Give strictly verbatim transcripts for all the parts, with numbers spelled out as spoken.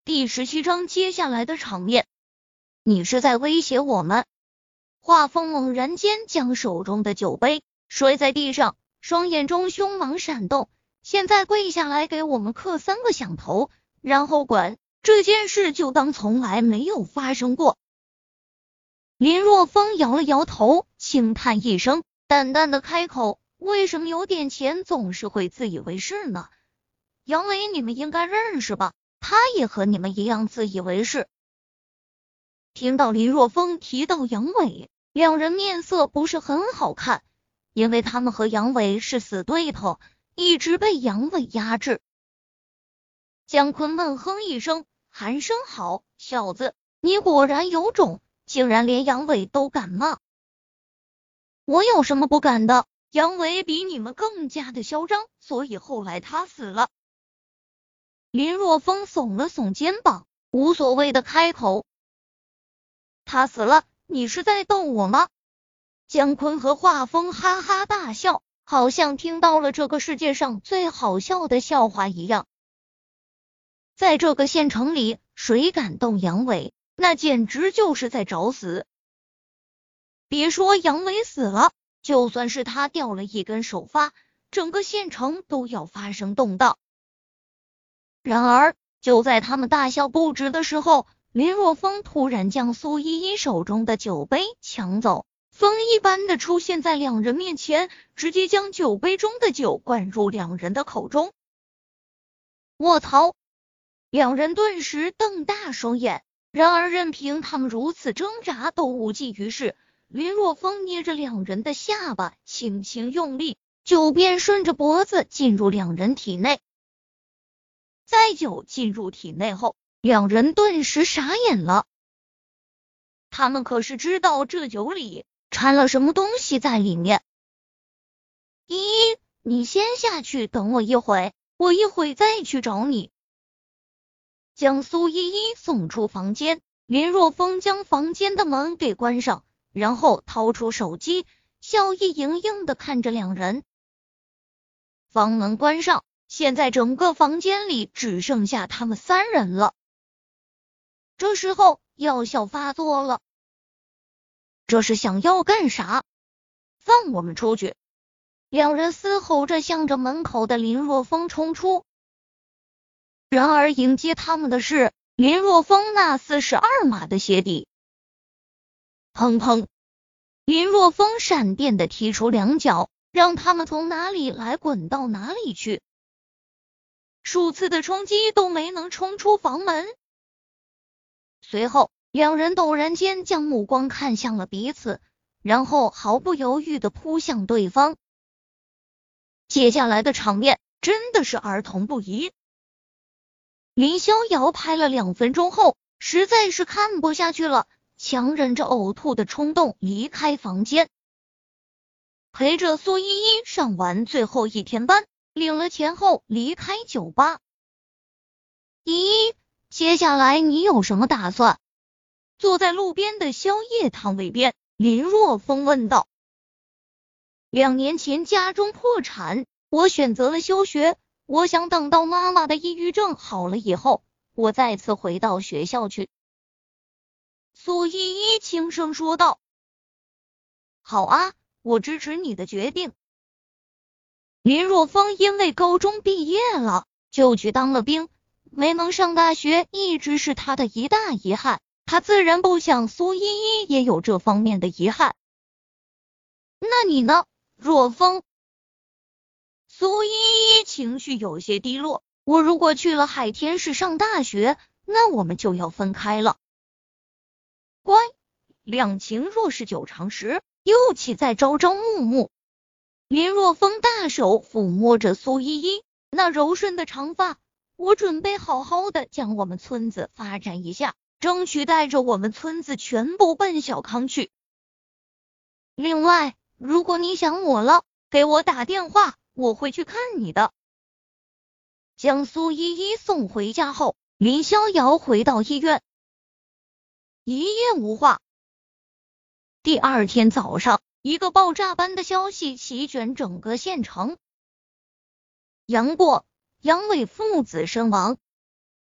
第十七章接下来的场面。你是在威胁我们？华峰猛然间将手中的酒杯摔在地上，双眼中凶芒闪动。现在跪下来给我们磕三个响头，然后滚，这件事就当从来没有发生过。林若风摇了摇头，轻叹一声，淡淡的开口，为什么有点钱总是会自以为是呢？杨伟你们应该认识吧，他也和你们一样自以为是。听到林若风提到杨伟，两人面色不是很好看，因为他们和杨伟是死对头，一直被杨伟压制。姜昆闷哼一声，寒声好，小子，你果然有种，竟然连杨伟都敢骂。我有什么不敢的？杨伟比你们更加的嚣张，所以后来他死了。林若风耸了耸肩膀，无所谓的开口。他死了，你是在逗我吗？姜昆和华峰哈哈大笑，好像听到了这个世界上最好笑的笑话一样。在这个县城里，谁敢动杨伟，那简直就是在找死。别说杨伟死了，就算是他掉了一根手发，整个县城都要发生动荡。然而，就在他们大笑不止的时候，林若风突然将苏依依手中的酒杯抢走，风一般的出现在两人面前，直接将酒杯中的酒灌入两人的口中。卧槽！两人顿时瞪大双眼，然而任凭他们如此挣扎都无济于事。林若风捏着两人的下巴，轻轻用力，酒便顺着脖子进入两人体内。在酒进入体内后，两人顿时傻眼了。他们可是知道这酒里掺了什么东西在里面。依依，你先下去等我一会，我一会再去找你。将苏依依送出房间，林若风将房间的门给关上，然后掏出手机，笑意盈盈的看着两人。房门关上，现在整个房间里只剩下他们三人了。这时候药效发作了，这是想要干啥？放我们出去！两人嘶吼着向着门口的林若风冲出。然而迎接他们的是林若风那四十二码的鞋底。砰砰！林若风闪电的踢出两脚，让他们从哪里来滚到哪里去。数次的冲击都没能冲出房门。随后，两人陡然间将目光看向了彼此，然后毫不犹豫的扑向对方。接下来的场面真的是儿童不宜。林逍遥拍了两分钟后，实在是看不下去了，强忍着呕吐的冲动离开房间，陪着苏依依上完最后一天班，领了钱后离开酒吧。依依，接下来你有什么打算？坐在路边的宵夜摊位边，林若风问道。两年前家中破产，我选择了休学，我想等到妈妈的抑郁症好了以后，我再次回到学校去。苏依依轻声说道。好啊，我支持你的决定。林若风因为高中毕业了，就去当了兵，没能上大学一直是他的一大遗憾，他自然不想苏依依也有这方面的遗憾。那你呢，若风？苏依依情绪有些低落，我如果去了海天市上大学，那我们就要分开了。乖，两情若是久长时，又岂在朝朝暮暮。林若风大手抚摸着苏依依那柔顺的长发，我准备好好的将我们村子发展一下，争取带着我们村子全部奔小康去。另外，如果你想我了，给我打电话，我会去看你的。将苏依依送回家后，林逍遥回到医院，一夜无话。第二天早上，一个爆炸般的消息席卷整个县城。杨过、杨伟父子身亡。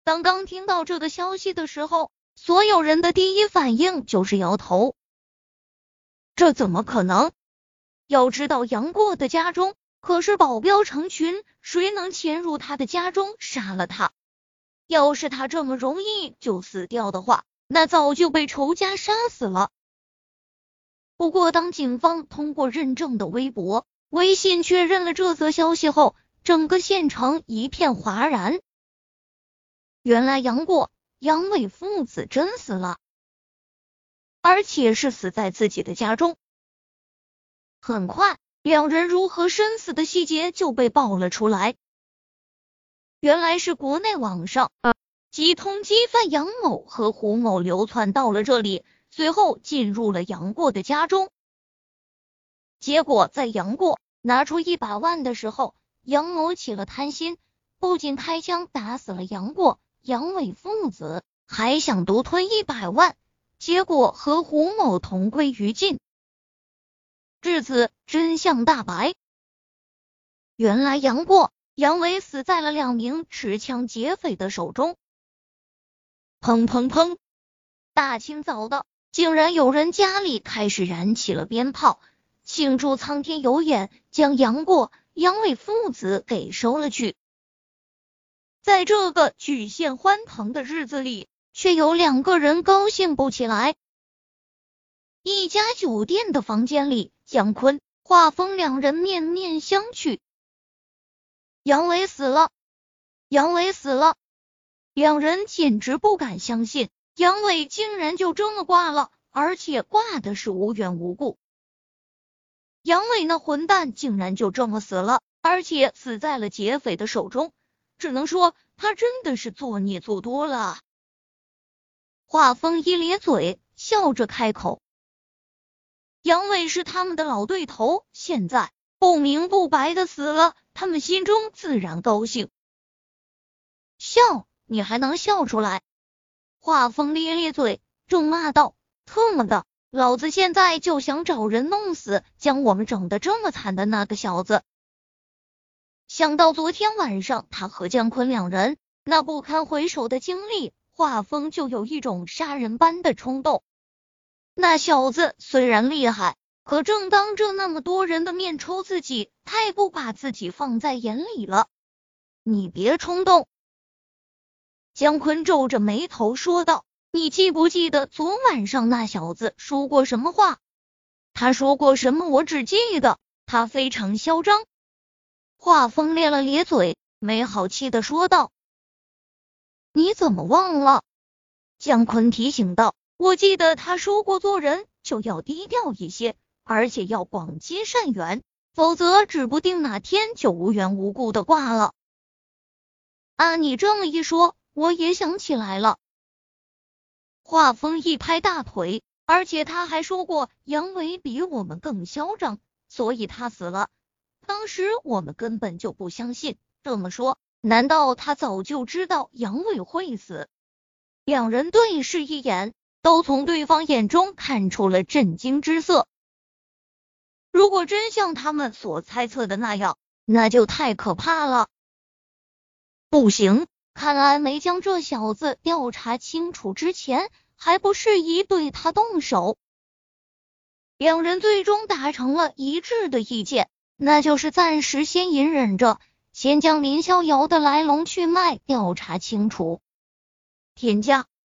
当刚听到这个消息的时候，所有人的第一反应就是摇头。这怎么可能？要知道杨过的家中可是保镖成群，谁能潜入他的家中杀了他？要是他这么容易就死掉的话，那早就被仇家杀死了。不过当警方通过认证的微博、微信确认了这则消息后，整个县城一片哗然。原来杨过、杨伟父子真死了，而且是死在自己的家中。很快，两人如何身死的细节就被爆了出来。原来是国内网上缉通缉犯杨某和胡某流窜到了这里，随后进入了杨过的家中。结果在杨过拿出一百万的时候，杨某起了贪心，不仅开枪打死了杨过、杨伟父子，还想独吞一百万，结果和胡某同归于尽。至此真相大白，原来杨过、杨伟死在了两名持枪劫匪的手中。砰砰砰！大清早的，竟然有人家里开始燃起了鞭炮，庆祝苍天有眼，将杨过、杨伟父子给收了去。在这个举县欢腾的日子里，却有两个人高兴不起来。一家酒店的房间里，姜昆、华峰两人面面相觑。杨伟死了，杨伟死了，两人简直不敢相信，杨伟竟然就这么挂了，而且挂的是无缘无故。杨伟那混蛋竟然就这么死了，而且死在了劫匪的手中，只能说他真的是作孽做多了。华峰一咧嘴，笑着开口。杨伟是他们的老对头，现在不明不白的死了，他们心中自然高兴。笑，你还能笑出来？华峰咧咧嘴，咒骂道：特么的，老子现在就想找人弄死将我们整得这么惨的那个小子。想到昨天晚上他和姜昆两人那不堪回首的经历，华峰就有一种杀人般的冲动。那小子虽然厉害，可正当着那么多人的面抽自己，太不把自己放在眼里了。你别冲动。姜昆皱着眉头说道，你记不记得昨晚上那小子说过什么话？他说过什么？我只记得他非常嚣张。华峰咧了咧嘴，没好气的说道。你怎么忘了？姜昆提醒道，我记得他说过做人就要低调一些，而且要广结善缘，否则指不定哪天就无缘无故的挂了。按你这么一说，我也想起来了。华峰一拍大腿，而且他还说过杨伟比我们更嚣张，所以他死了。当时我们根本就不相信，这么说，难道他早就知道杨伟会死？两人对视一眼，都从对方眼中看出了震惊之色。如果真像他们所猜测的那样，那就太可怕了。不行，看来没将这小子调查清楚之前，还不适宜对他动手。两人最终达成了一致的意见，那就是暂时先隐忍着，先将林逍遥的来龙去脉调查清楚。天价